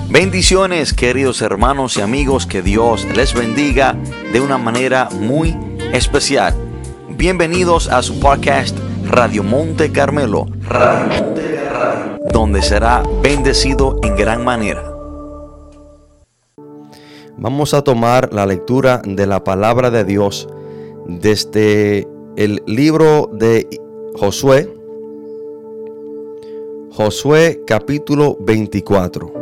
Bendiciones, queridos hermanos y amigos, que Dios les bendiga de una manera muy especial. Bienvenidos a su podcast Radio Monte Carmelo, donde será bendecido en gran manera. Vamos a tomar la lectura de la palabra de Dios desde el libro de Josué capítulo 24.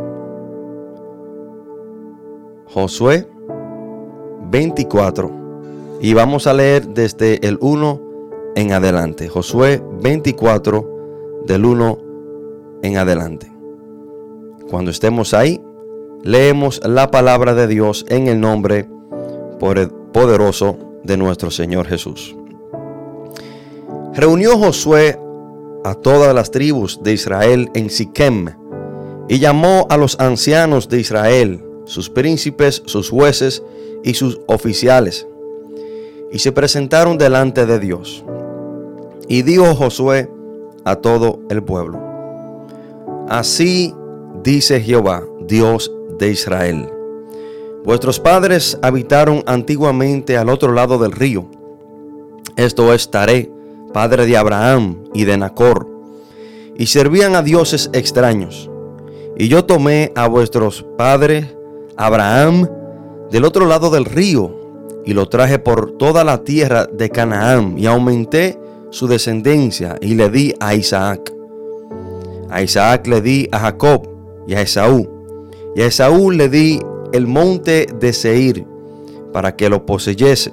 Josué 24. Y vamos a leer desde el 1 en adelante. Josué 24 del 1 en adelante. Cuando estemos ahí, leemos la palabra de Dios en el nombre poderoso de nuestro Señor Jesús. Reunió Josué a todas las tribus de Israel en Siquem y llamó a los ancianos de Israel, sus príncipes, sus jueces y sus oficiales, y se presentaron delante de Dios. Y dijo Josué a todo el pueblo: Así dice Jehová, Dios de Israel: Vuestros padres habitaron antiguamente al otro lado del río, esto es Taré, padre de Abraham y de Nacor, y servían a dioses extraños. Y yo tomé a vuestros padres Abraham del otro lado del río y lo traje por toda la tierra de Canaán, y aumenté su descendencia y le di a Isaac. A Isaac le di a Jacob y a Esaú, y a Esaú le di el monte de Seir para que lo poseyese.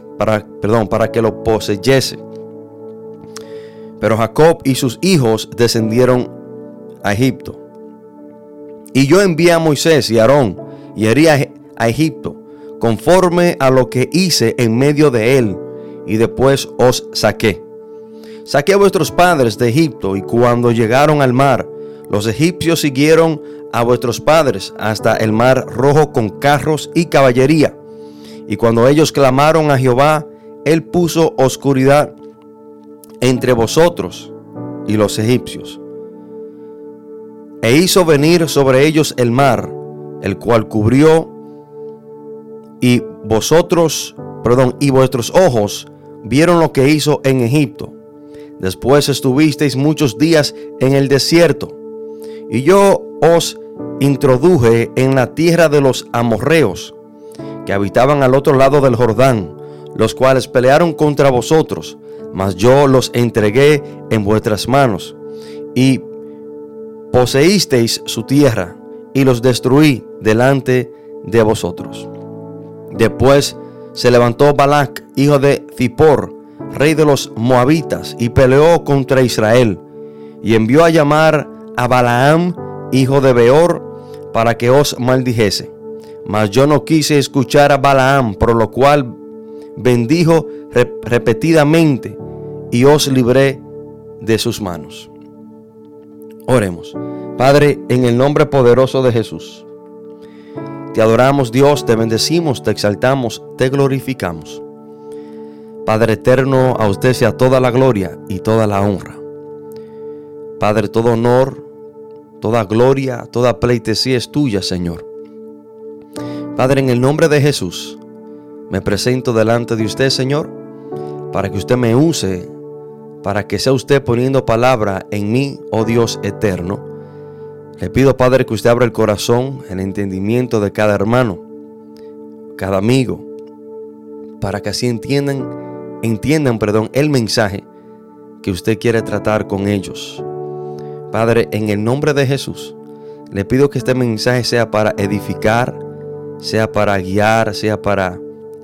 Pero Jacob y sus hijos descendieron a Egipto. Y yo envié a Moisés y a Aarón y herí a Egipto, conforme a lo que hice en medio de él, y después os saqué. Saqué a vuestros padres de Egipto, y cuando llegaron al mar, los egipcios siguieron a vuestros padres hasta el mar Rojo con carros y caballería. Y cuando ellos clamaron a Jehová, él puso oscuridad entre vosotros y los egipcios, e hizo venir sobre ellos el mar, el cual cubrió, y vuestros ojos vieron lo que hizo en Egipto. Después estuvisteis muchos días en el desierto, y yo os introduje en la tierra de los amorreos, que habitaban al otro lado del Jordán, los cuales pelearon contra vosotros, mas yo los entregué en vuestras manos, y poseísteis su tierra, y los destruí delante de vosotros. Después se levantó Balac, hijo de Zippor, rey de los moabitas, y peleó contra Israel, y envió a llamar a Balaam, hijo de Beor, para que os maldijese. Mas yo no quise escuchar a Balaam, por lo cual bendijo repetidamente, y os libré de sus manos. Oremos. Padre, en el nombre poderoso de Jesús, te adoramos, Dios, te bendecimos, te exaltamos, te glorificamos. Padre eterno, a usted sea toda la gloria y toda la honra. Padre, todo honor, toda gloria, toda pleitesía es tuya, Señor. Padre, en el nombre de Jesús, me presento delante de usted, Señor, para que usted me use, para que sea usted poniendo palabra en mí, oh Dios eterno. Le pido, Padre, que usted abra el corazón, el entendimiento de cada hermano, cada amigo, para que así entiendan el mensaje que usted quiere tratar con ellos. Padre, en el nombre de Jesús, le pido que este mensaje sea para edificar, sea para guiar, sea para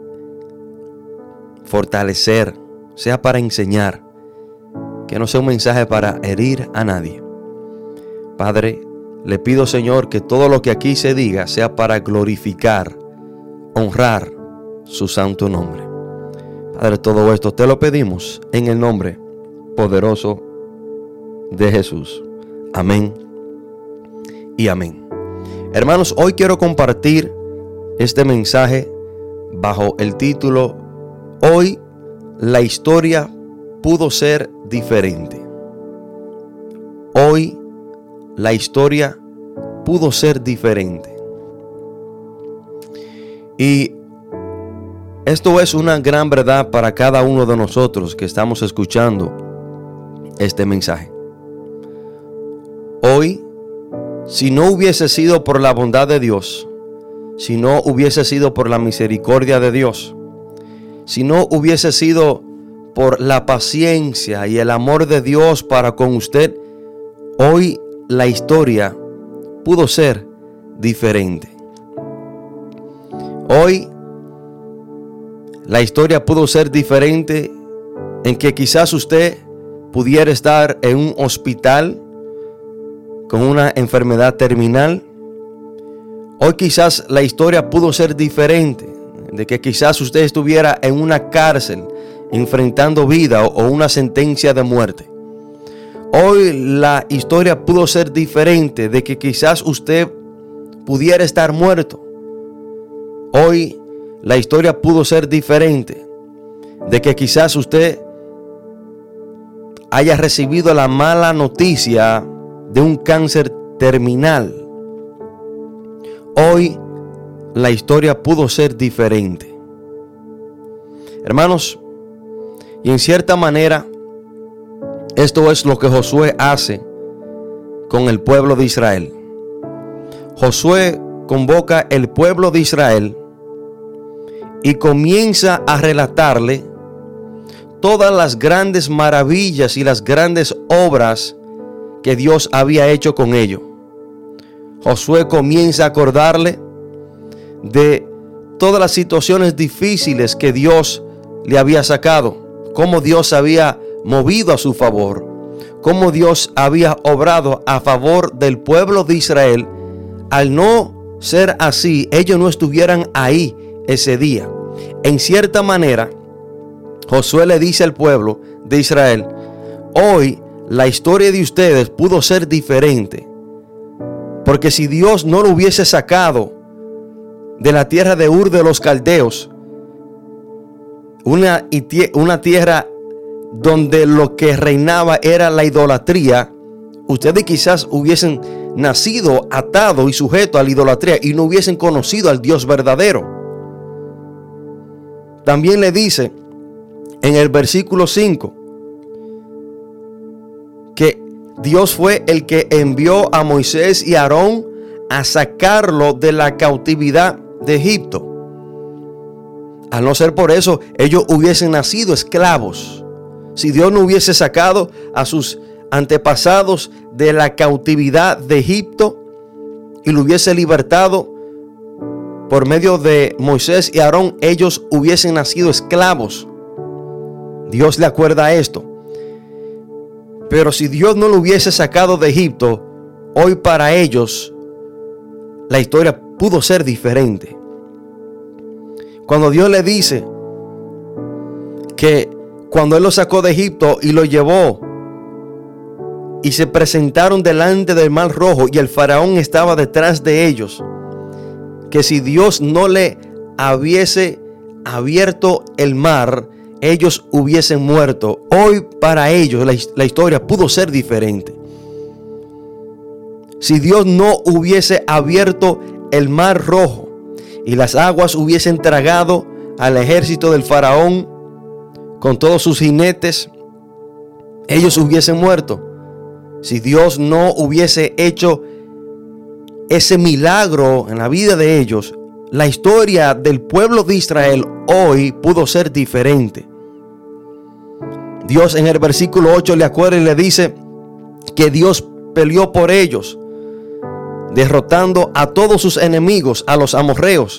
fortalecer, sea para enseñar, que no sea un mensaje para herir a nadie. Padre, le pido, Señor, que todo lo que aquí se diga sea para glorificar, honrar su santo nombre. Padre, todo esto te lo pedimos en el nombre poderoso de Jesús. Amén y amén. Hermanos, hoy quiero compartir este mensaje bajo el título: Hoy la historia pudo ser diferente. Hoy la historia pudo ser diferente. Y esto es una gran verdad para cada uno de nosotros que estamos escuchando este mensaje. Hoy, si no hubiese sido por la bondad de Dios, si no hubiese sido por la misericordia de Dios, si no hubiese sido por la paciencia y el amor de Dios para con usted, hoy la historia pudo ser diferente. Hoy la historia pudo ser diferente en que quizás usted pudiera estar en un hospital con una enfermedad terminal. Hoy quizás la historia pudo ser diferente de que quizás usted estuviera en una cárcel enfrentando vida o una sentencia de muerte. Hoy la historia pudo ser diferente de que quizás usted pudiera estar muerto. Hoy la historia pudo ser diferente de que quizás usted haya recibido la mala noticia de un cáncer terminal. Hoy la historia pudo ser diferente. Hermanos, y en cierta manera, esto es lo que Josué hace con el pueblo de Israel. Josué convoca el pueblo de Israel y comienza a relatarle todas las grandes maravillas y las grandes obras que Dios había hecho con ellos. Josué comienza a acordarle de todas las situaciones difíciles que Dios le había sacado, cómo Dios había movido a su favor, cómo Dios había obrado a favor del pueblo de Israel. Al no ser así, ellos no estuvieran ahí ese día. En cierta manera, Josué le dice al pueblo de Israel: hoy la historia de ustedes pudo ser diferente, porque si Dios no lo hubiese sacado de la tierra de Ur de los Caldeos, una tierra donde lo que reinaba era la idolatría, ustedes quizás hubiesen nacido atado y sujeto a la idolatría y no hubiesen conocido al Dios verdadero. También le dice en el versículo 5 que Dios fue el que envió a Moisés y a Aarón a sacarlo de la cautividad de Egipto. Al no ser por eso, ellos hubiesen nacido esclavos. Si Dios no hubiese sacado a sus antepasados de la cautividad de Egipto y lo hubiese libertado por medio de Moisés y Aarón, ellos hubiesen nacido esclavos. Dios le acuerda esto. Pero si Dios no lo hubiese sacado de Egipto, hoy para ellos la historia pudo ser diferente. Cuando Dios le dice que cuando Él lo sacó de Egipto y lo llevó y se presentaron delante del Mar Rojo y el faraón estaba detrás de ellos, que si Dios no le hubiese abierto el mar, ellos hubiesen muerto. Hoy para ellos la historia pudo ser diferente. Si Dios no hubiese abierto el Mar Rojo y las aguas hubiesen tragado al ejército del faraón con todos sus jinetes, ellos hubiesen muerto. Si Dios no hubiese hecho ese milagro en la vida de ellos, la historia del pueblo de Israel hoy pudo ser diferente. Dios en el versículo 8 le acuerda y le dice que Dios peleó por ellos, derrotando a todos sus enemigos, a los amorreos.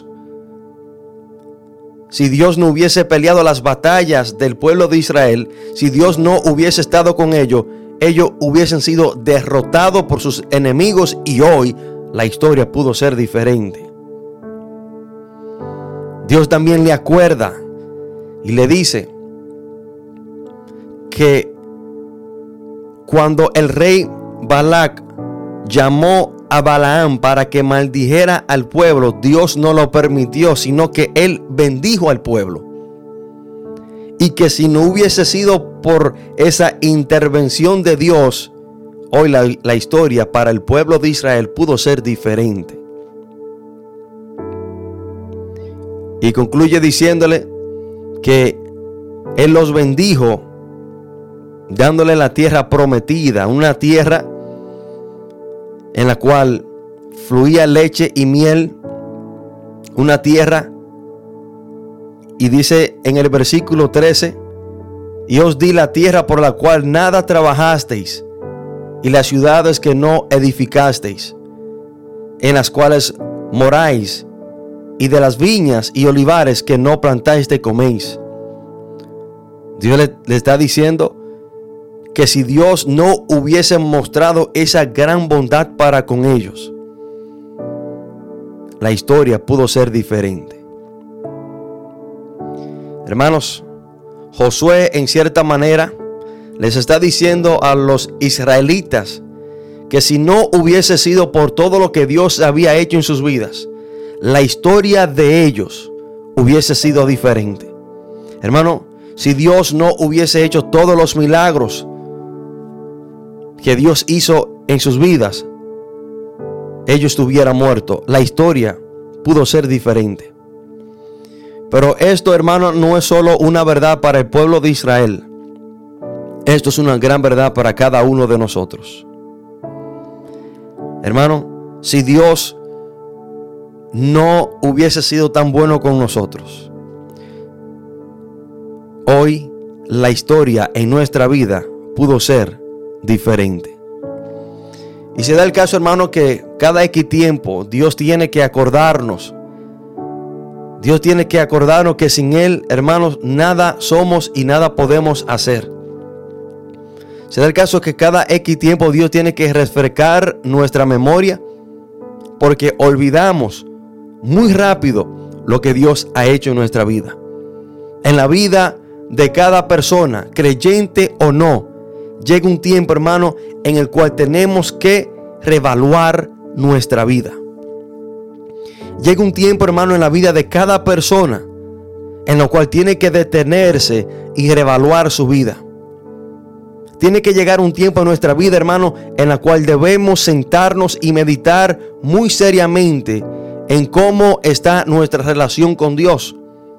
Si Dios no hubiese peleado las batallas del pueblo de Israel, si Dios no hubiese estado con ellos, ellos hubiesen sido derrotados por sus enemigos y hoy la historia pudo ser diferente. Dios también le acuerda y le dice que cuando el rey Balac llamó a Balaam para que maldijera al pueblo, Dios no lo permitió, sino que él bendijo al pueblo. Y que si no hubiese sido por esa intervención de Dios, hoy la historia para el pueblo de Israel pudo ser diferente. Y concluye diciéndole que Él los bendijo, dándole la tierra prometida, una tierra en la cual fluía leche y miel, una tierra, y dice en el versículo 13, y os di la tierra por la cual nada trabajasteis, y las ciudades que no edificasteis, en las cuales moráis, y de las viñas y olivares que no plantaste coméis. Dios le está diciendo que si Dios no hubiese mostrado esa gran bondad para con ellos, la historia pudo ser diferente. Hermanos, Josué en cierta manera les está diciendo a los israelitas que si no hubiese sido por todo lo que Dios había hecho en sus vidas, la historia de ellos hubiese sido diferente. Hermano, si Dios no hubiese hecho todos los milagros que Dios hizo en sus vidas, ellos estuvieran muertos. La historia pudo ser diferente. Pero esto, hermano, no es solo una verdad para el pueblo de Israel. Esto es una gran verdad para cada uno de nosotros. Hermano, si Dios no hubiese sido tan bueno con nosotros, hoy la historia en nuestra vida pudo ser diferente. Y se da el caso, hermano, que cada X tiempo Dios tiene que acordarnos. Dios tiene que acordarnos que sin Él, hermanos, nada somos y nada podemos hacer. Se da el caso que cada X tiempo Dios tiene que refrescar nuestra memoria, porque olvidamos muy rápido lo que Dios ha hecho en nuestra vida. En la vida de cada persona, creyente o no, llega un tiempo, hermano, en el cual tenemos que reevaluar nuestra vida. Llega un tiempo, hermano, en la vida de cada persona en lo cual tiene que detenerse y reevaluar su vida. Tiene que llegar un tiempo en nuestra vida, hermano, en la cual debemos sentarnos y meditar muy seriamente en cómo está nuestra relación con Dios.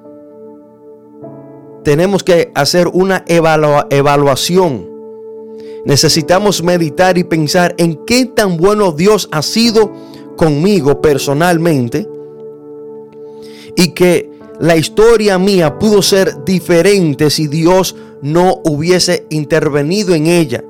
Tenemos que hacer una evaluación. Necesitamos meditar y pensar en qué tan bueno Dios ha sido conmigo personalmente, y que la historia mía pudo ser diferente si Dios no hubiese intervenido en ella.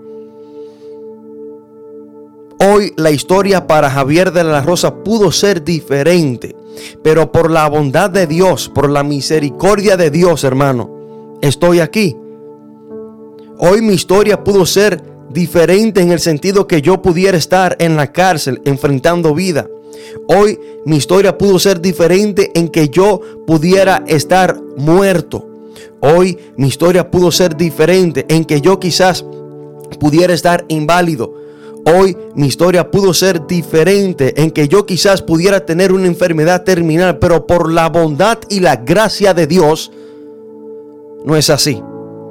Hoy la historia para Javier de la Rosa pudo ser diferente, pero por la bondad de Dios, por la misericordia de Dios, hermano, estoy aquí. Hoy mi historia pudo ser diferente en el sentido que yo pudiera estar en la cárcel enfrentando vida. Hoy mi historia pudo ser diferente en que yo pudiera estar muerto. Hoy mi historia pudo ser diferente en que yo quizás pudiera estar inválido. Hoy mi historia pudo ser diferente en que yo quizás pudiera tener una enfermedad terminal, pero por la bondad y la gracia de Dios no es así.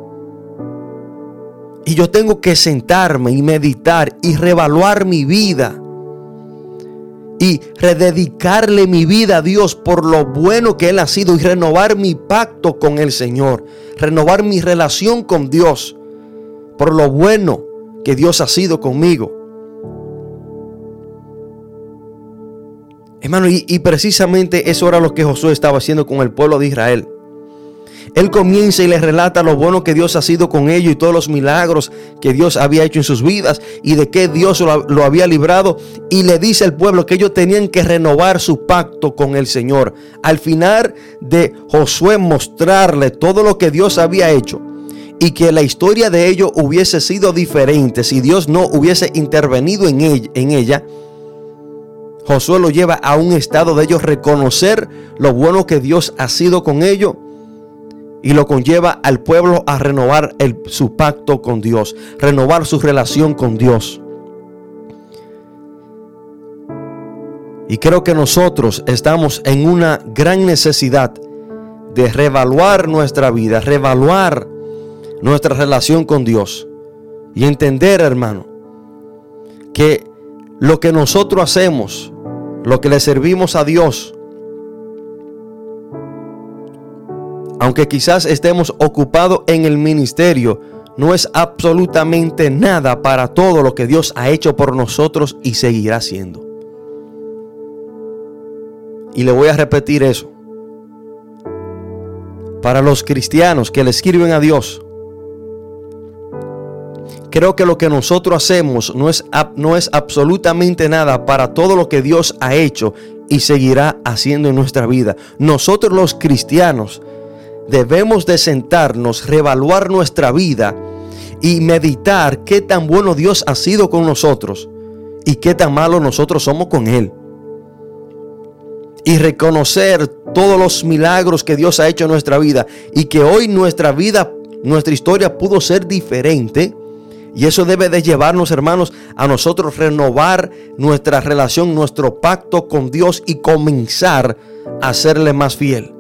Y yo tengo que sentarme y meditar y reevaluar mi vida y rededicarle mi vida a Dios por lo bueno que Él ha sido, y renovar mi pacto con el Señor, renovar mi relación con Dios por lo bueno que Dios ha sido conmigo. Hermano, y precisamente eso era lo que Josué estaba haciendo con el pueblo de Israel. Él comienza y les relata lo bueno que Dios ha sido con ellos y todos los milagros que Dios había hecho en sus vidas y de que Dios lo había librado, y le dice al pueblo que ellos tenían que renovar su pacto con el Señor. Al final de Josué mostrarle todo lo que Dios había hecho y que la historia de ellos hubiese sido diferente si Dios no hubiese intervenido en ella, Josué lo lleva a un estado de ellos reconocer lo bueno que Dios ha sido con ellos, y lo conlleva al pueblo a renovar su pacto con Dios, renovar su relación con Dios. Y creo que nosotros estamos en una gran necesidad de reevaluar nuestra vida, reevaluar nuestra relación con Dios y entender, hermano, que lo que nosotros hacemos, lo que le servimos a Dios, aunque quizás estemos ocupados en el ministerio, no es absolutamente nada para todo lo que Dios ha hecho por nosotros y seguirá haciendo. Y le voy a repetir eso. Para los cristianos que le sirven a Dios, creo que lo que nosotros hacemos no es absolutamente nada para todo lo que Dios ha hecho y seguirá haciendo en nuestra vida. Nosotros los cristianos debemos de sentarnos, reevaluar nuestra vida y meditar qué tan bueno Dios ha sido con nosotros y qué tan malo nosotros somos con Él. Y reconocer todos los milagros que Dios ha hecho en nuestra vida y que hoy nuestra vida, nuestra historia pudo ser diferente. Y eso debe de llevarnos, hermanos, a nosotros renovar nuestra relación, nuestro pacto con Dios y comenzar a serle más fiel.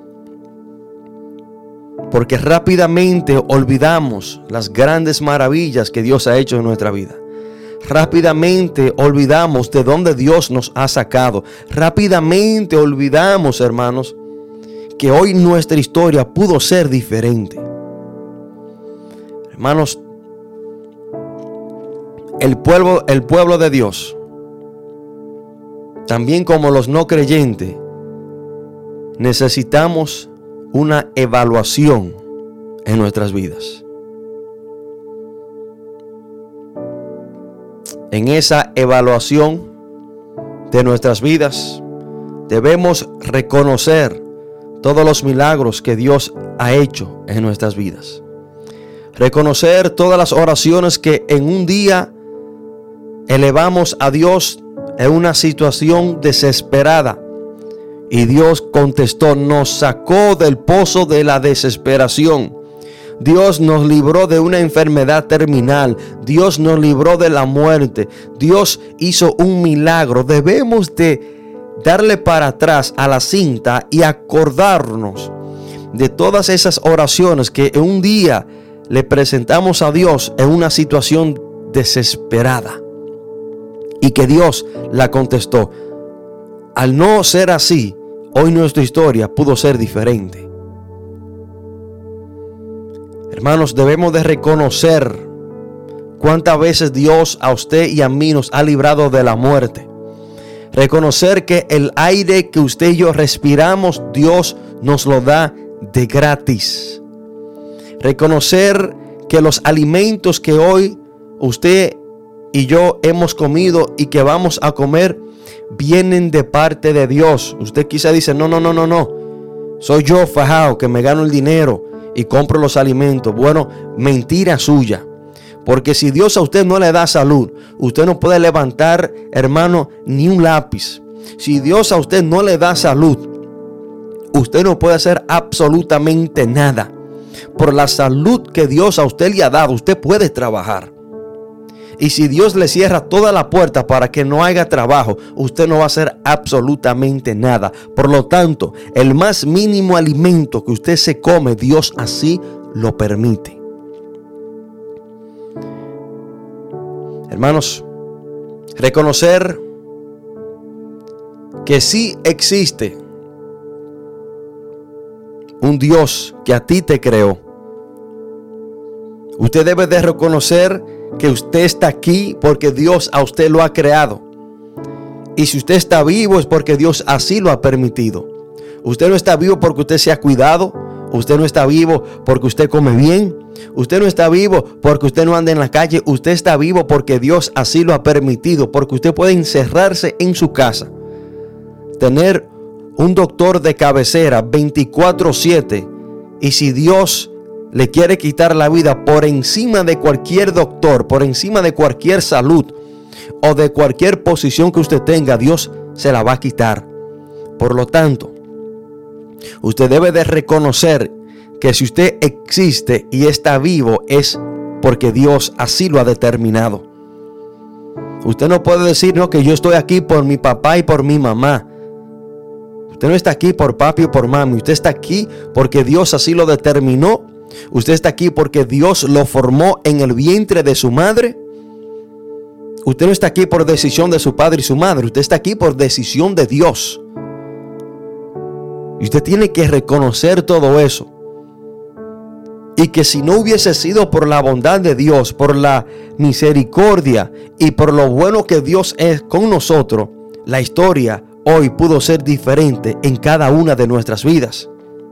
Porque rápidamente olvidamos las grandes maravillas que Dios ha hecho en nuestra vida. Rápidamente olvidamos de dónde Dios nos ha sacado. Rápidamente olvidamos, hermanos, que hoy nuestra historia pudo ser diferente. Hermanos, el pueblo de Dios, también como los no creyentes, necesitamos una evaluación en nuestras vidas. En esa evaluación de nuestras vidas debemos reconocer todos los milagros que Dios ha hecho en nuestras vidas. Reconocer todas las oraciones que en un día elevamos a Dios en una situación desesperada. Y Dios contestó, nos sacó del pozo de la desesperación. Dios nos libró de una enfermedad terminal. Dios nos libró de la muerte. Dios hizo un milagro. Debemos de darle para atrás a la cinta y acordarnos de todas esas oraciones que en un día le presentamos a Dios en una situación desesperada y que Dios la contestó. Al no ser así, hoy nuestra historia pudo ser diferente. Hermanos, debemos de reconocer cuántas veces Dios a usted y a mí nos ha librado de la muerte. Reconocer que el aire que usted y yo respiramos, Dios nos lo da de gratis. Reconocer que los alimentos que hoy usted y yo hemos comido y que vamos a comer vienen de parte de Dios. Usted quizá dice, no. Soy yo fajado que me gano el dinero y compro los alimentos. Bueno, mentira suya. Porque si Dios a usted no le da salud, usted no puede levantar, hermano, ni un lápiz. Si Dios a usted no le da salud, usted no puede hacer absolutamente nada. Por la salud que Dios a usted le ha dado, usted puede trabajar. Y si Dios le cierra toda la puerta para que no haya trabajo, usted no va a hacer absolutamente nada. Por lo tanto, el más mínimo alimento que usted se come, Dios así lo permite. Hermanos, reconocer que sí existe un Dios que a ti te creó. Usted debe de reconocer que usted está aquí porque Dios a usted lo ha creado. Y si usted está vivo es porque Dios así lo ha permitido. Usted no está vivo porque usted se ha cuidado. Usted no está vivo porque usted come bien. Usted no está vivo porque usted no anda en la calle. Usted está vivo porque Dios así lo ha permitido. Porque usted puede encerrarse en su casa, tener un doctor de cabecera 24/7. Y si Dios le quiere quitar la vida, por encima de cualquier doctor, por encima de cualquier salud o de cualquier posición que usted tenga, Dios se la va a quitar. Por lo tanto, usted debe de reconocer que si usted existe y está vivo es porque Dios así lo ha determinado. Usted no puede decir, no, que yo estoy aquí por mi papá y por mi mamá. Usted no está aquí por papi o por mami. Usted está aquí porque Dios así lo determinó. Usted está aquí porque Dios lo formó en el vientre de su madre. Usted no está aquí por decisión de su padre y su madre. Usted está aquí por decisión de Dios. Y usted tiene que reconocer todo eso. Y que si no hubiese sido por la bondad de Dios, por la misericordia y por lo bueno que Dios es con nosotros, la historia hoy pudo ser diferente en cada una de nuestras vidas.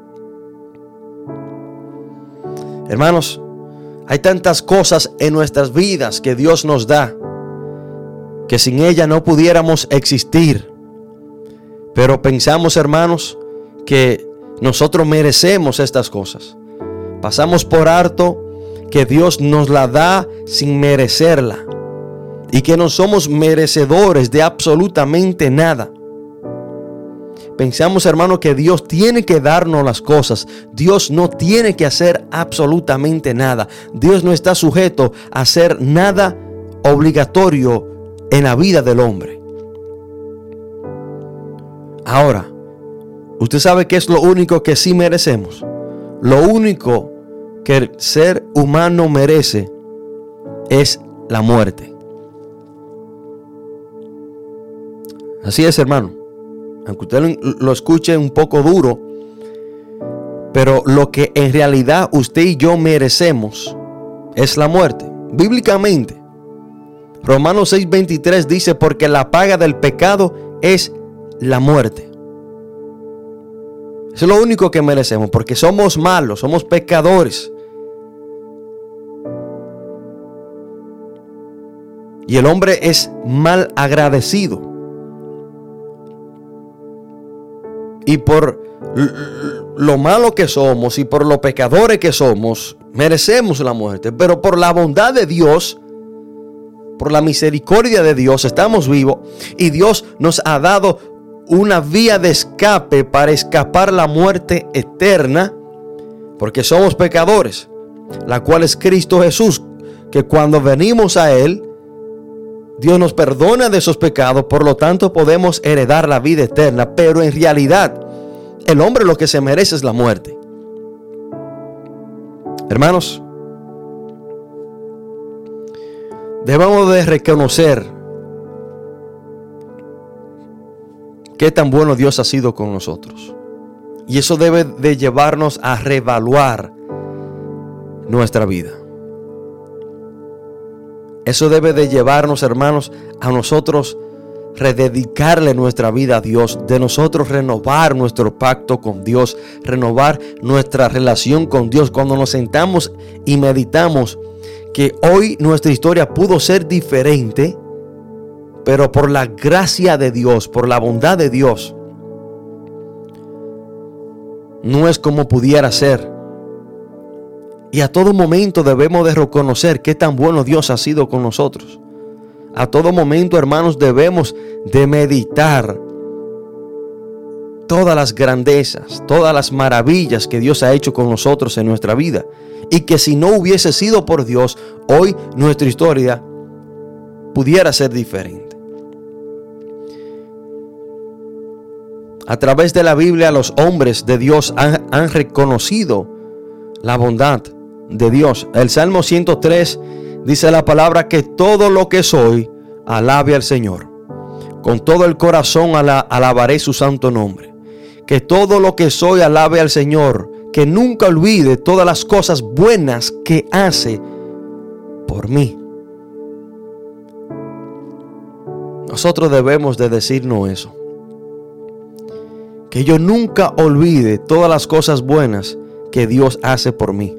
Hermanos, hay tantas cosas en nuestras vidas que Dios nos da, que sin ella no pudiéramos existir. Pero pensamos, hermanos, que nosotros merecemos estas cosas. Pasamos por alto que Dios nos la da sin merecerla y que no somos merecedores de absolutamente nada. Pensamos, hermano, que Dios tiene que darnos las cosas. Dios no tiene que hacer absolutamente nada. Dios no está sujeto a hacer nada obligatorio en la vida del hombre. Ahora, usted sabe qué es lo único que sí merecemos. Lo único que el ser humano merece es la muerte. Así es, hermano. Aunque usted lo escuche un poco duro, pero lo que en realidad usted y yo merecemos es la muerte. Bíblicamente, Romanos 6:23 dice: porque la paga del pecado es la muerte. Eso es lo único que merecemos, porque somos malos, somos pecadores. Y el hombre es mal agradecido. Y por lo malo que somos y por los pecadores que somos, merecemos la muerte. Pero por la bondad de Dios, por la misericordia de Dios, estamos vivos. Y Dios nos ha dado una vía de escape para escapar la muerte eterna, porque somos pecadores, la cual es Cristo Jesús, que cuando venimos a Él, Dios nos perdona de esos pecados, por lo tanto podemos heredar la vida eterna. Pero en realidad, el hombre lo que se merece es la muerte. Hermanos, debemos de reconocer qué tan bueno Dios ha sido con nosotros. Y eso debe de llevarnos a reevaluar nuestra vida. Eso debe de llevarnos, hermanos, a nosotros rededicarle nuestra vida a Dios, de nosotros renovar nuestro pacto con Dios, renovar nuestra relación con Dios. Cuando nos sentamos y meditamos que hoy nuestra historia pudo ser diferente, pero por la gracia de Dios, por la bondad de Dios, no es como pudiera ser. Y a todo momento debemos de reconocer qué tan bueno Dios ha sido con nosotros. A todo momento, hermanos, debemos de meditar todas las grandezas, todas las maravillas que Dios ha hecho con nosotros en nuestra vida. Y que si no hubiese sido por Dios, hoy nuestra historia pudiera ser diferente. A través de la Biblia, los hombres de Dios han reconocido la bondad de Dios. El Salmo 103 dice la palabra: que todo lo que soy, alabe al Señor. Con todo el corazón alabaré su santo nombre. Que todo lo que soy, alabe al Señor. Que nunca olvide todas las cosas buenas que hace por mí. Nosotros debemos de decirnos eso. Que yo nunca olvide todas las cosas buenas que Dios hace por mí.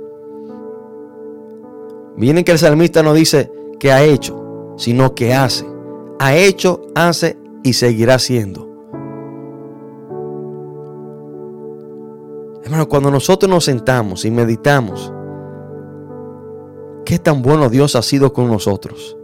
Miren que el salmista no dice que ha hecho, sino que hace. Ha hecho, hace y seguirá haciendo. Hermano, cuando nosotros nos sentamos y meditamos qué tan bueno Dios ha sido con nosotros,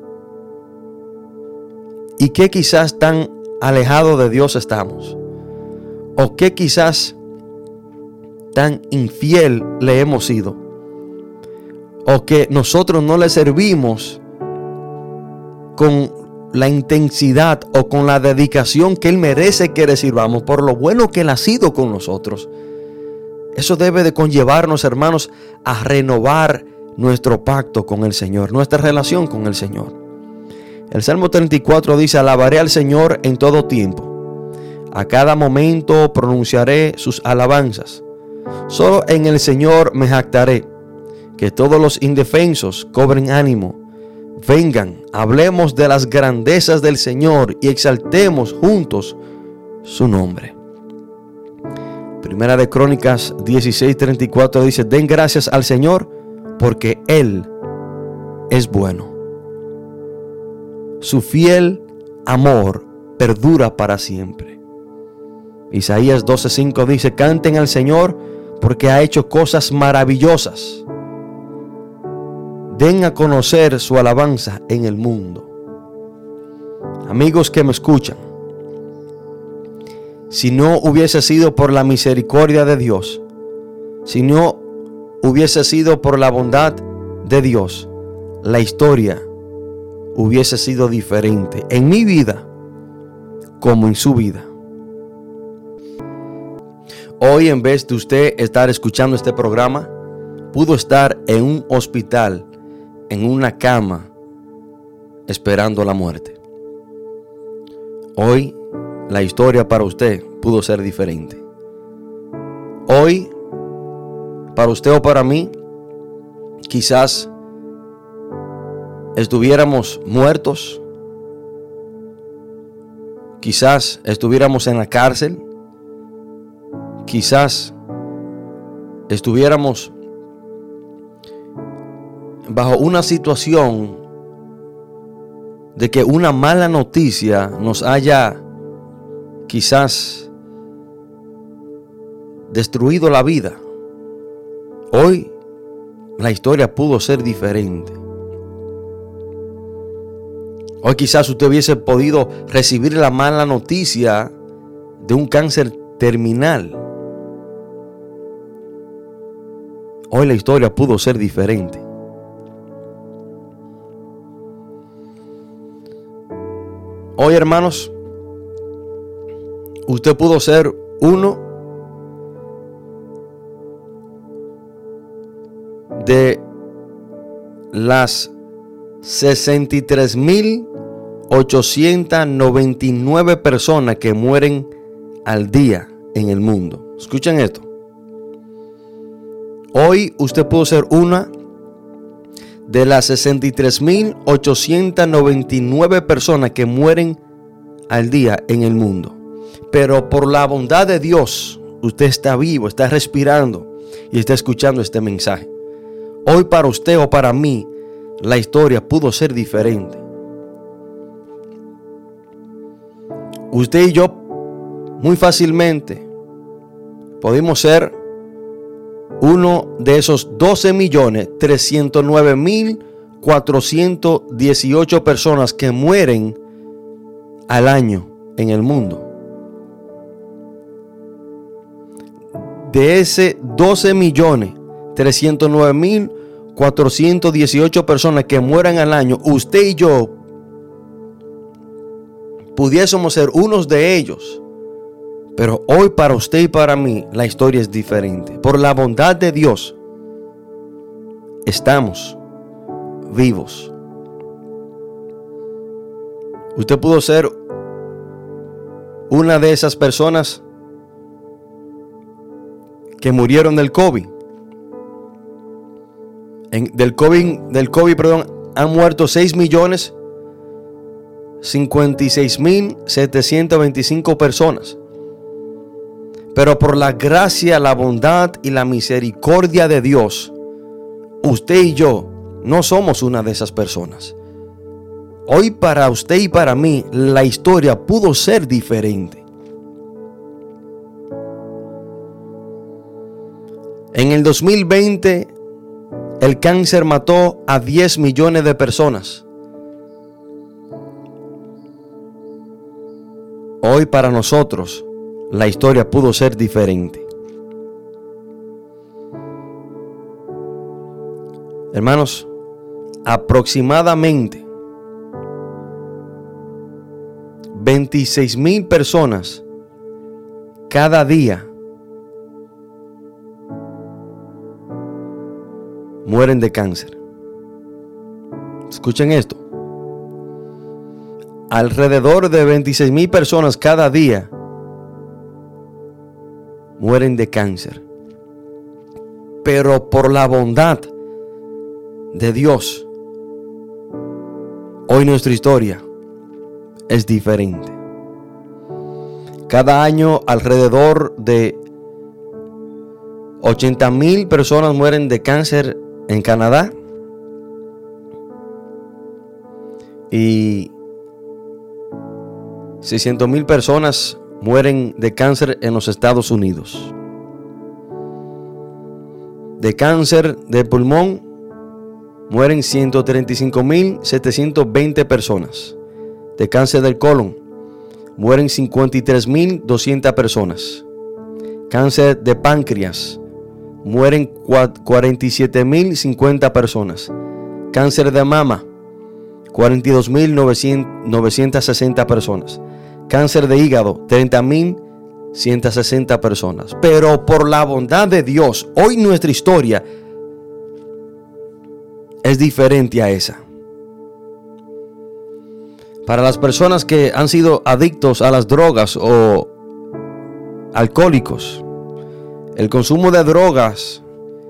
y qué quizás tan alejado de Dios estamos, o qué quizás tan infiel le hemos sido, o que nosotros no le servimos con la intensidad o con la dedicación que Él merece que le sirvamos por lo bueno que Él ha sido con nosotros. Eso debe de conllevarnos, hermanos, a renovar nuestro pacto con el Señor, nuestra relación con el Señor. El Salmo 34 dice: alabaré al Señor en todo tiempo. A cada momento pronunciaré sus alabanzas. Solo en el Señor me jactaré. Que todos los indefensos cobren ánimo. Vengan, hablemos de las grandezas del Señor y exaltemos juntos su nombre. Primera de Crónicas 16:34 dice: den gracias al Señor porque Él es bueno. Su fiel amor perdura para siempre. Isaías 12:5 dice: canten al Señor porque ha hecho cosas maravillosas. Den a conocer su alabanza en el mundo. Amigos que me escuchan, si no hubiese sido por la misericordia de Dios, si no hubiese sido por la bondad de Dios, la historia hubiese sido diferente en mi vida como en su vida. Hoy, en vez de usted estar escuchando este programa, pudo estar en un hospital, en una cama, esperando la muerte. Hoy, la historia para usted pudo ser diferente. Hoy, para usted o para mí, quizás estuviéramos muertos, quizás estuviéramos en la cárcel, quizás estuviéramos bajo una situación de que una mala noticia nos haya quizás destruido la vida. Hoy la historia pudo ser diferente. Hoy quizás usted hubiese podido recibir la mala noticia de un cáncer terminal. Hoy la historia pudo ser diferente. Hoy, hermanos, usted pudo ser uno de las 63,899 personas que mueren al día en el mundo. Escuchen esto. Hoy usted pudo ser una de las 63,899 personas que mueren al día en el mundo. Pero por la bondad de Dios, usted está vivo, está respirando y está escuchando este mensaje. Hoy para usted o para mí, la historia pudo ser diferente. Usted y yo muy fácilmente pudimos ser uno de esos 12,309,418 personas que mueren al año en el mundo. De ese 12,309,418 personas que mueran al año, usted y yo pudiésemos ser unos de ellos. Pero hoy para usted y para mí la historia es diferente. Por la bondad de Dios estamos vivos. Usted pudo ser una de esas personas que murieron del COVID. Del COVID, han muerto 6,56,725 personas. Pero por la gracia, la bondad y la misericordia de Dios, usted y yo no somos una de esas personas. Hoy para usted y para mí, la historia pudo ser diferente. En el 2020, el cáncer mató a 10 millones de personas. Hoy para nosotros, la historia pudo ser diferente. Hermanos, aproximadamente 26,000 personas cada día mueren de cáncer. Escuchen esto. Alrededor de 26,000 personas cada día mueren de cáncer. Pero por la bondad de Dios, hoy nuestra historia es diferente. Cada año alrededor de 80,000 personas mueren de cáncer en Canadá y 600,000 personas mueren de cáncer en los Estados Unidos. De cáncer de pulmón mueren 135,720 personas. De cáncer del colon mueren 53,200 personas. Cáncer de páncreas mueren 47,050 personas. Cáncer de mama 42,960 personas. Cáncer de hígado 30,160 personas. Pero por la bondad de Dios, hoy nuestra historia es diferente a esa. Para las personas que han sido adictos a las drogas o alcohólicos, el consumo de drogas,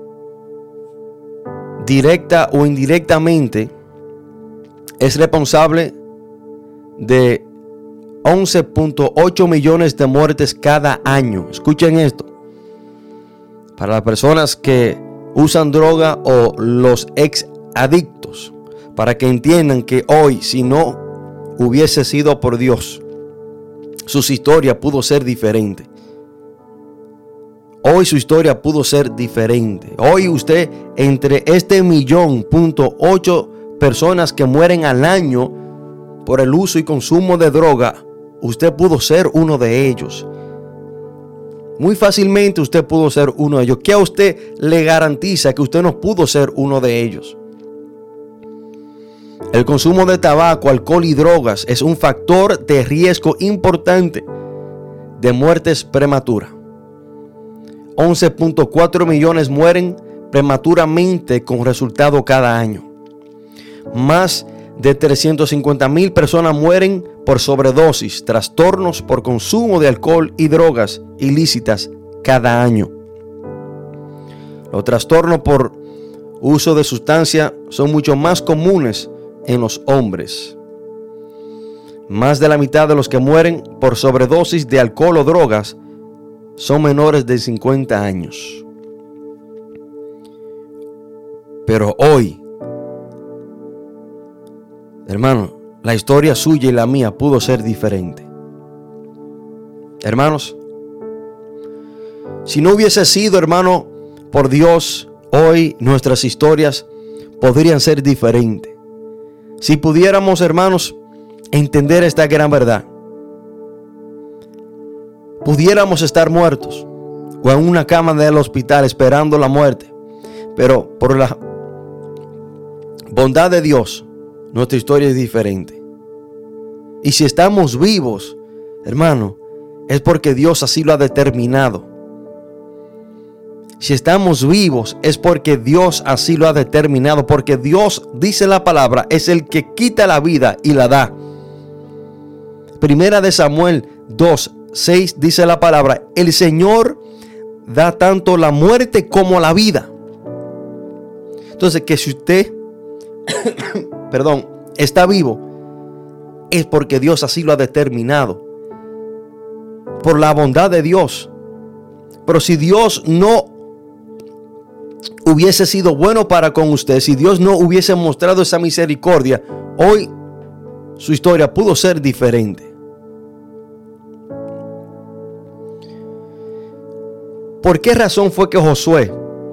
directa o indirectamente, es responsable de 11.8 millones de muertes cada año. Escuchen esto. Para las personas que usan droga o los ex adictos, para que entiendan que hoy, si no hubiese sido por Dios, su historia pudo ser diferente. Hoy su historia pudo ser diferente. Hoy usted, entre este 1.8 personas que mueren al año por el uso y consumo de droga, usted pudo ser uno de ellos. Muy fácilmente usted pudo ser uno de ellos. ¿Qué a usted le garantiza que usted no pudo ser uno de ellos? El consumo de tabaco, alcohol y drogas es un factor de riesgo importante de muertes prematuras. 11.4 millones mueren prematuramente con resultado cada año. Más de 350,000 personas mueren por sobredosis, trastornos por consumo de alcohol y drogas ilícitas cada año. Los trastornos por uso de sustancias son mucho más comunes en los hombres. Más de la mitad de los que mueren por sobredosis de alcohol o drogas son menores de 50 años. Pero hoy, hermano, la historia suya y la mía pudo ser diferente. Hermanos, si no hubiese sido, hermano, por Dios, hoy nuestras historias podrían ser diferentes. Si pudiéramos, hermanos, entender esta gran verdad, pudiéramos estar muertos o en una cama del hospital esperando la muerte. Pero por la bondad de Dios, nuestra historia es diferente. Y si estamos vivos, hermano, es porque Dios así lo ha determinado. Si estamos vivos es porque Dios así lo ha determinado. Porque Dios, dice la palabra, es el que quita la vida y la da. Primera de Samuel 2:6 dice la palabra: el Señor da tanto la muerte como la vida. Entonces, que si usted está vivo, es porque Dios así lo ha determinado, por la bondad de Dios. Pero si Dios no hubiese sido bueno para con usted, si Dios no hubiese mostrado esa misericordia, hoy su historia pudo ser diferente. ¿Por qué razón fue que Josué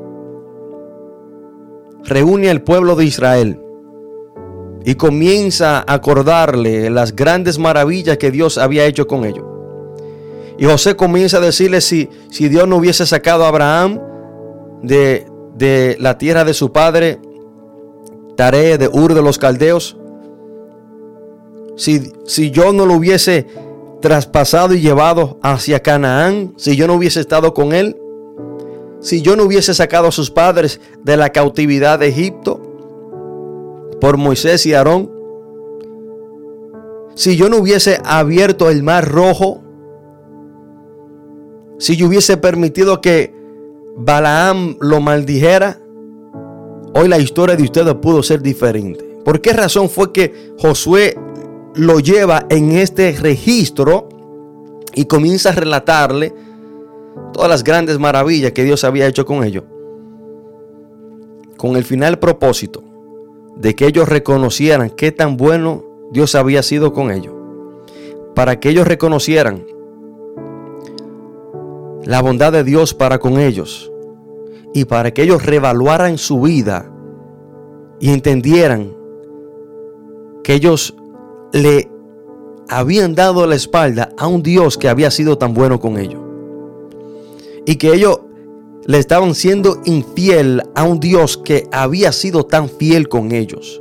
reúne al pueblo de Israel y comienza a acordarle las grandes maravillas que Dios había hecho con ellos? Y José comienza a decirle si Dios no hubiese sacado a Abraham de la tierra de su padre, Taré, de Ur de los Caldeos, si yo no lo hubiese traspasado y llevado hacia Canaán, si yo no hubiese estado con él, si yo no hubiese sacado a sus padres de la cautividad de Egipto por Moisés y Aarón, si yo no hubiese abierto el mar rojo, si yo hubiese permitido que Balaam lo maldijera, hoy la historia de ustedes pudo ser diferente. ¿Por qué razón fue que Josué lo lleva en este registro y comienza a relatarle todas las grandes maravillas que Dios había hecho con ellos? Con el final propósito de que ellos reconocieran qué tan bueno Dios había sido con ellos. Para que ellos reconocieran la bondad de Dios para con ellos. Y para que ellos reevaluaran su vida y entendieran que ellos le habían dado la espalda a un Dios que había sido tan bueno con ellos. Y que ellos le estaban siendo infiel a un Dios que había sido tan fiel con ellos.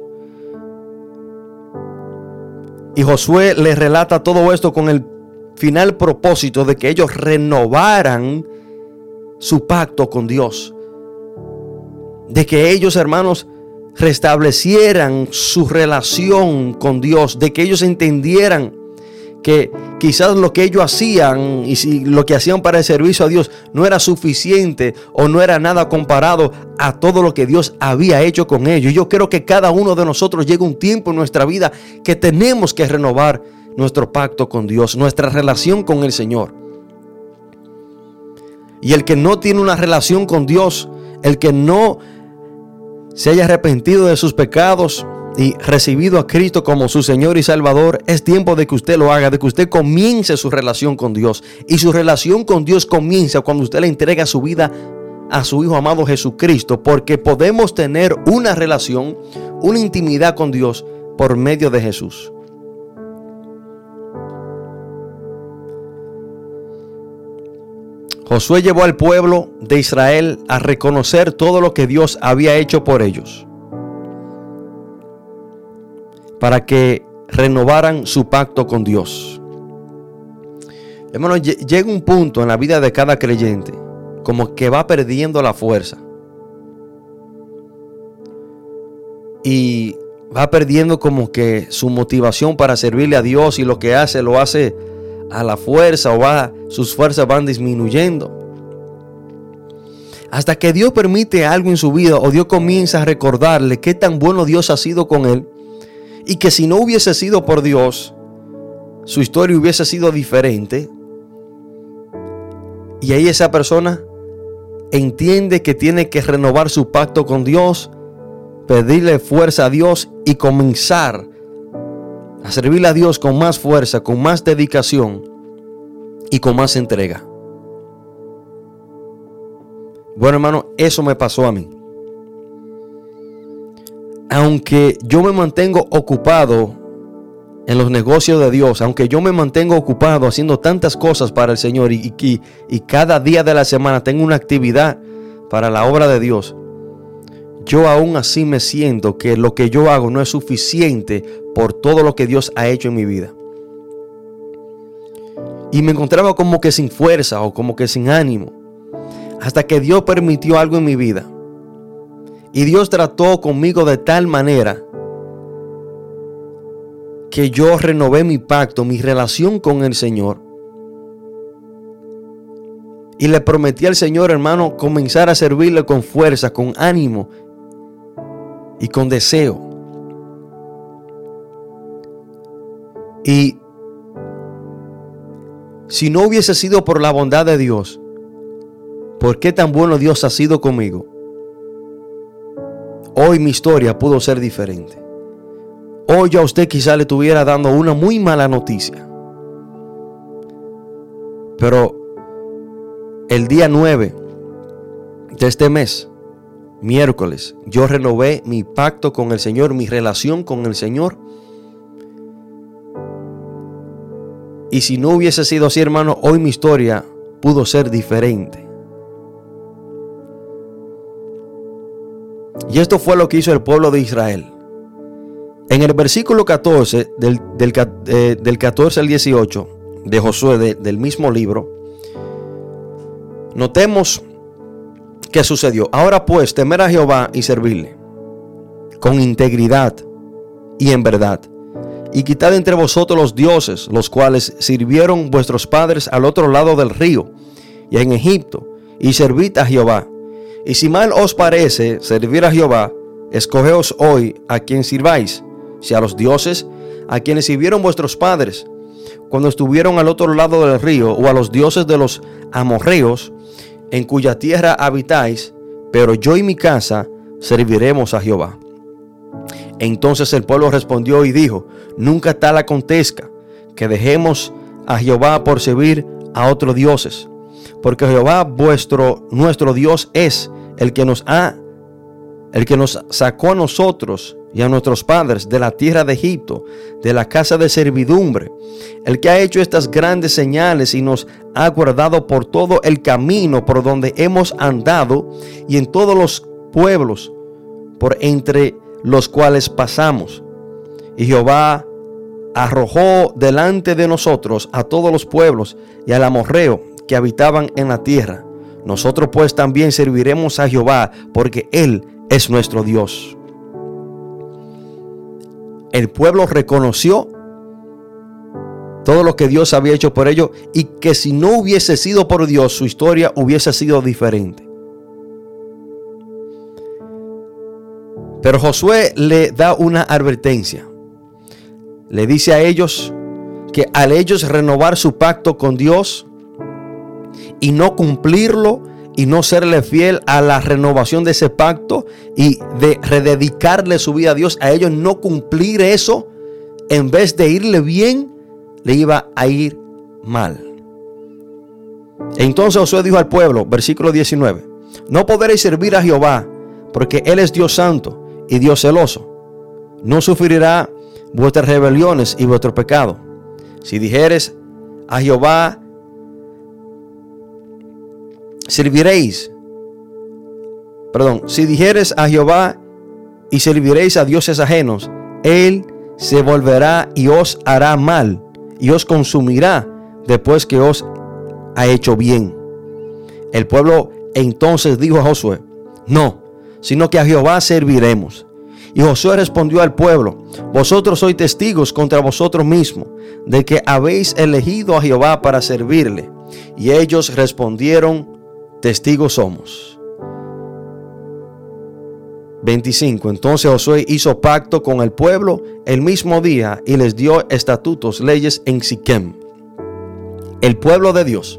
Y Josué les relata todo esto con el final propósito de que ellos renovaran su pacto con Dios. De que ellos, hermanos, restablecieran su relación con Dios. De que ellos entendieran que quizás lo que ellos hacían y si lo que hacían para el servicio a Dios no era suficiente o no era nada comparado a todo lo que Dios había hecho con ellos. Yo creo que cada uno de nosotros llega un tiempo en nuestra vida que tenemos que renovar nuestro pacto con Dios, nuestra relación con el Señor. Y el que no tiene una relación con Dios, el que no se haya arrepentido de sus pecados y recibido a Cristo como su Señor y Salvador, es tiempo de que usted lo haga, de que usted comience su relación con Dios. Y su relación con Dios comienza cuando usted le entrega su vida a su Hijo amado Jesucristo, porque podemos tener una relación, una intimidad con Dios por medio de Jesús. Josué llevó al pueblo de Israel a reconocer todo lo que Dios había hecho por ellos, para que renovaran su pacto con Dios. Hermano, llega un punto en la vida de cada creyente como que va perdiendo la fuerza. Y va perdiendo como que su motivación para servirle a Dios, y lo que hace, lo hace a la fuerza, sus fuerzas van disminuyendo. Hasta que Dios permite algo en su vida, o Dios comienza a recordarle qué tan bueno Dios ha sido con él. Y que si no hubiese sido por Dios, su historia hubiese sido diferente. Y ahí esa persona entiende que tiene que renovar su pacto con Dios, pedirle fuerza a Dios y comenzar a servirle a Dios con más fuerza, con más dedicación y con más entrega. Bueno, hermano, eso me pasó a mí. Aunque yo me mantengo ocupado en los negocios de Dios, aunque yo me mantengo ocupado haciendo tantas cosas para el Señor y cada día de la semana tengo una actividad para la obra de Dios, yo aún así me siento que lo que yo hago no es suficiente por todo lo que Dios ha hecho en mi vida. Y me encontraba como que sin fuerza o como que sin ánimo, hasta que Dios permitió algo en mi vida. Y Dios trató conmigo de tal manera que yo renové mi pacto, mi relación con el Señor. Y le prometí al Señor, hermano, comenzar a servirle con fuerza, con ánimo y con deseo. Y si no hubiese sido por la bondad de Dios, ¿por qué tan bueno Dios ha sido conmigo? Hoy mi historia pudo ser diferente. Hoy yo a usted quizá le estuviera dando una muy mala noticia. Pero el día 9 de este mes, miércoles, yo renové mi pacto con el Señor, mi relación con el Señor. Y si no hubiese sido así, hermano, hoy mi historia pudo ser diferente. Y esto fue lo que hizo el pueblo de Israel. En el versículo 14, del 14 al 18 de Josué, del mismo libro, notemos qué sucedió. Ahora pues, temer a Jehová y servirle con integridad y en verdad, y quitad entre vosotros los dioses, los cuales sirvieron vuestros padres al otro lado del río y en Egipto, y servid a Jehová. Y si mal os parece servir a Jehová, escogeos hoy a quien sirváis, si a los dioses a quienes sirvieron vuestros padres cuando estuvieron al otro lado del río, o a los dioses de los amorreos en cuya tierra habitáis, pero yo y mi casa serviremos a Jehová. Entonces el pueblo respondió y dijo: nunca tal acontezca que dejemos a Jehová por servir a otros dioses, porque Jehová nuestro Dios es el que nos sacó a nosotros y a nuestros padres de la tierra de Egipto, de la casa de servidumbre, el que ha hecho estas grandes señales y nos ha guardado por todo el camino por donde hemos andado y en todos los pueblos por entre los cuales pasamos. Y Jehová arrojó delante de nosotros a todos los pueblos y al amorreo que habitaban en la tierra. Nosotros pues también serviremos a Jehová, porque Él es nuestro Dios. El pueblo reconoció todo lo que Dios había hecho por ellos, y que si no hubiese sido por Dios, su historia hubiese sido diferente. Pero Josué le da una advertencia. Le dice a ellos que al ellos renovar su pacto con Dios y no cumplirlo, y no serle fiel a la renovación de ese pacto y de rededicarle su vida a Dios, a ellos no cumplir eso, en vez de irle bien, le iba a ir mal. Entonces Josué dijo al pueblo, versículo 19: no podréis servir a Jehová, porque Él es Dios santo y Dios celoso. No sufrirá vuestras rebeliones y vuestro pecado. Si dijeres a Jehová si dijeres a Jehová y serviréis a dioses ajenos, Él se volverá y os hará mal, y os consumirá después que os ha hecho bien. El pueblo entonces dijo a Josué: no, sino que a Jehová serviremos. Y Josué respondió al pueblo: vosotros sois testigos contra vosotros mismos de que habéis elegido a Jehová para servirle. Y ellos respondieron: testigos somos. 25. Entonces Josué hizo pacto con el pueblo el mismo día y les dio estatutos, leyes en Siquem. El pueblo de Dios,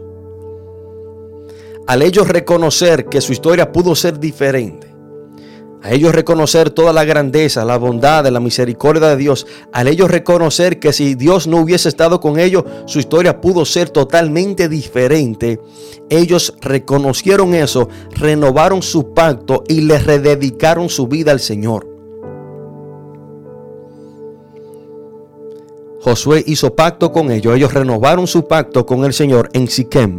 al ellos reconocer que su historia pudo ser diferente, a ellos reconocer toda la grandeza, la bondad, la misericordia de Dios, al ellos reconocer que si Dios no hubiese estado con ellos, su historia pudo ser totalmente diferente, ellos reconocieron eso, renovaron su pacto y le rededicaron su vida al Señor. Josué hizo pacto con ellos renovaron su pacto con el Señor en Siquem.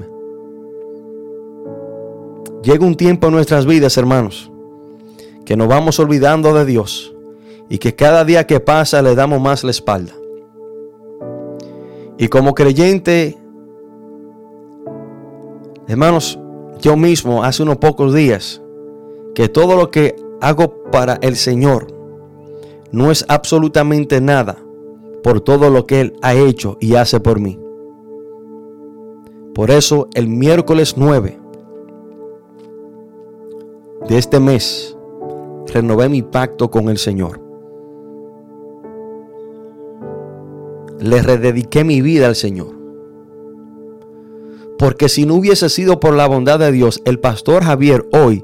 Llega un tiempo en nuestras vidas, hermanos, que nos vamos olvidando de Dios y que cada día que pasa le damos más la espalda. Y como creyente, hermanos, yo mismo hace unos pocos días que todo lo que hago para el Señor no es absolutamente nada por todo lo que Él ha hecho y hace por mí. Por eso el miércoles 9 de este mes renové mi pacto con el Señor. Le redediqué mi vida al Señor. Porque si no hubiese sido por la bondad de Dios, el pastor Javier hoy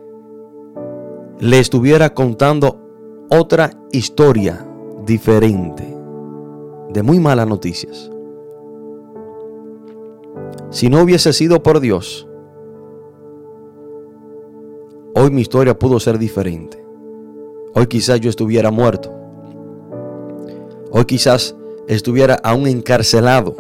le estuviera contando otra historia diferente, de muy malas noticias. Si no hubiese sido por Dios, hoy mi historia pudo ser diferente. Hoy quizás yo estuviera muerto. Hoy quizás estuviera aún encarcelado.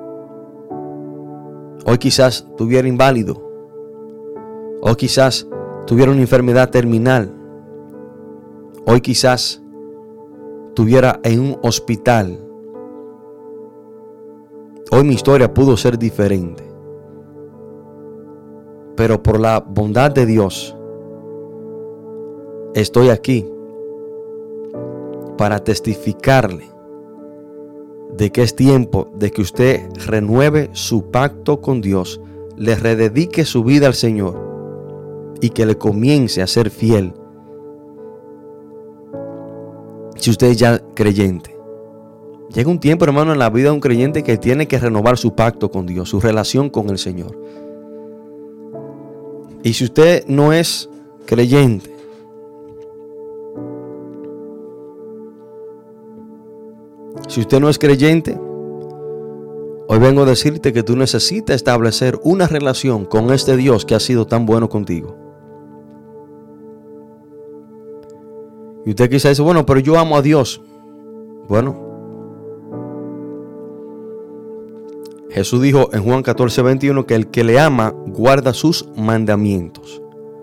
Hoy quizás estuviera inválido. Hoy quizás tuviera una enfermedad terminal. Hoy quizás estuviera en un hospital. Hoy mi historia pudo ser diferente. Pero por la bondad de Dios, estoy aquí para testificarle de que es tiempo de que usted renueve su pacto con Dios, le rededique su vida al Señor y que le comience a ser fiel. Si usted es ya creyente, llega un tiempo, hermano, en la vida de un creyente que tiene que renovar su pacto con Dios, su relación con el Señor. Y si usted no es creyente, hoy vengo a decirte que tú necesitas establecer una relación con este Dios que ha sido tan bueno contigo. Y usted quizá dice, bueno, pero yo amo a Dios. Bueno, Jesús dijo en Juan 14:21 que el que le ama guarda sus mandamientos.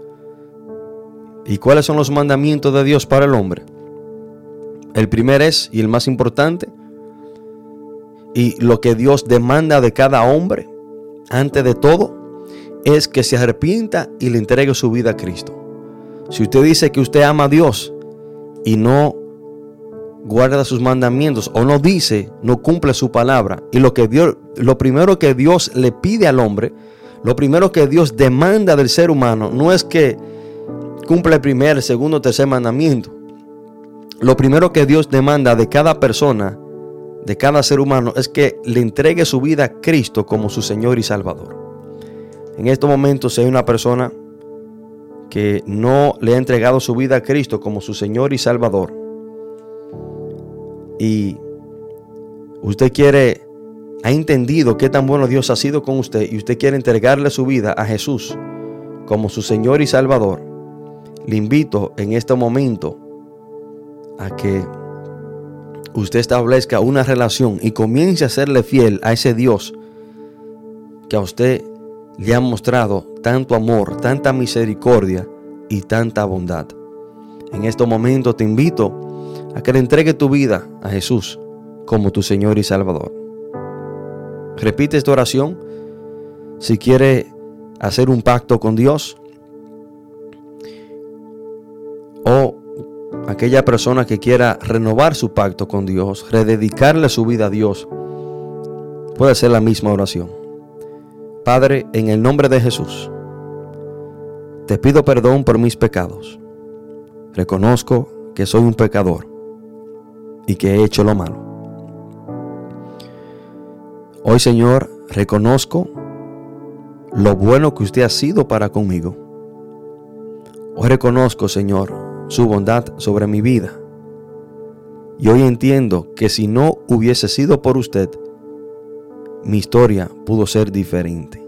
¿Y cuáles son los mandamientos de Dios para el hombre? El primero es, y el más importante, y lo que Dios demanda de cada hombre, antes de todo, es que se arrepienta y le entregue su vida a Cristo. Si usted dice que usted ama a Dios y no guarda sus mandamientos, o no dice, no cumple su palabra, y lo primero que Dios le pide al hombre, lo primero que Dios demanda del ser humano, no es que cumpla el primer, segundo, tercer mandamiento. Lo primero que Dios demanda de cada persona, de cada ser humano, es que le entregue su vida a Cristo como su Señor y Salvador. En estos momentos, si hay una persona que no le ha entregado su vida a Cristo como su Señor y Salvador, y usted ha entendido qué tan bueno Dios ha sido con usted, y usted quiere entregarle su vida a Jesús como su Señor y Salvador, le invito en este momento a que usted establezca una relación y comience a serle fiel a ese Dios que a usted le ha mostrado tanto amor, tanta misericordia y tanta bondad. En este momento te invito a que le entregue tu vida a Jesús como tu Señor y Salvador. Repite esta oración si quiere hacer un pacto con Dios, o aquella persona que quiera renovar su pacto con Dios, rededicarle su vida a Dios, puede hacer la misma oración. Padre, en el nombre de Jesús, te pido perdón por mis pecados. Reconozco que soy un pecador y que he hecho lo malo. Hoy, Señor, reconozco lo bueno que usted ha sido para conmigo. Hoy reconozco, Señor, su bondad sobre mi vida. Y hoy entiendo que si no hubiese sido por usted, mi historia pudo ser diferente.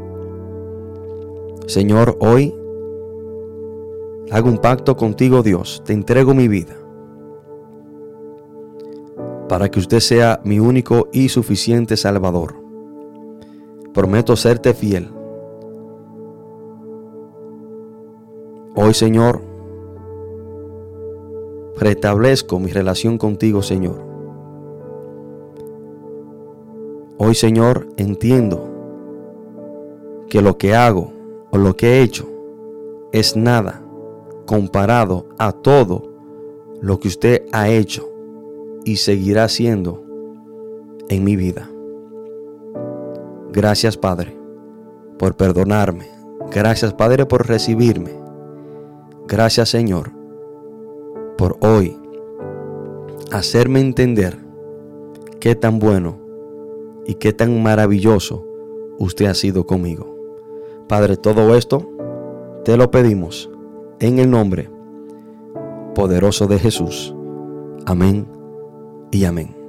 Señor, hoy hago un pacto contigo, Dios. Te entrego mi vida para que usted sea mi único y suficiente Salvador. Prometo serte fiel. Hoy, Señor, restablezco mi relación contigo, Señor. Hoy, Señor, entiendo que lo que hago o lo que he hecho es nada comparado a todo lo que usted ha hecho y seguirá haciendo en mi vida. Gracias, Padre, por perdonarme. Gracias, Padre, por recibirme. Gracias, Señor, por hoy hacerme entender qué tan bueno y qué tan maravilloso usted ha sido conmigo. Padre, todo esto te lo pedimos en el nombre poderoso de Jesús. Amén y amén.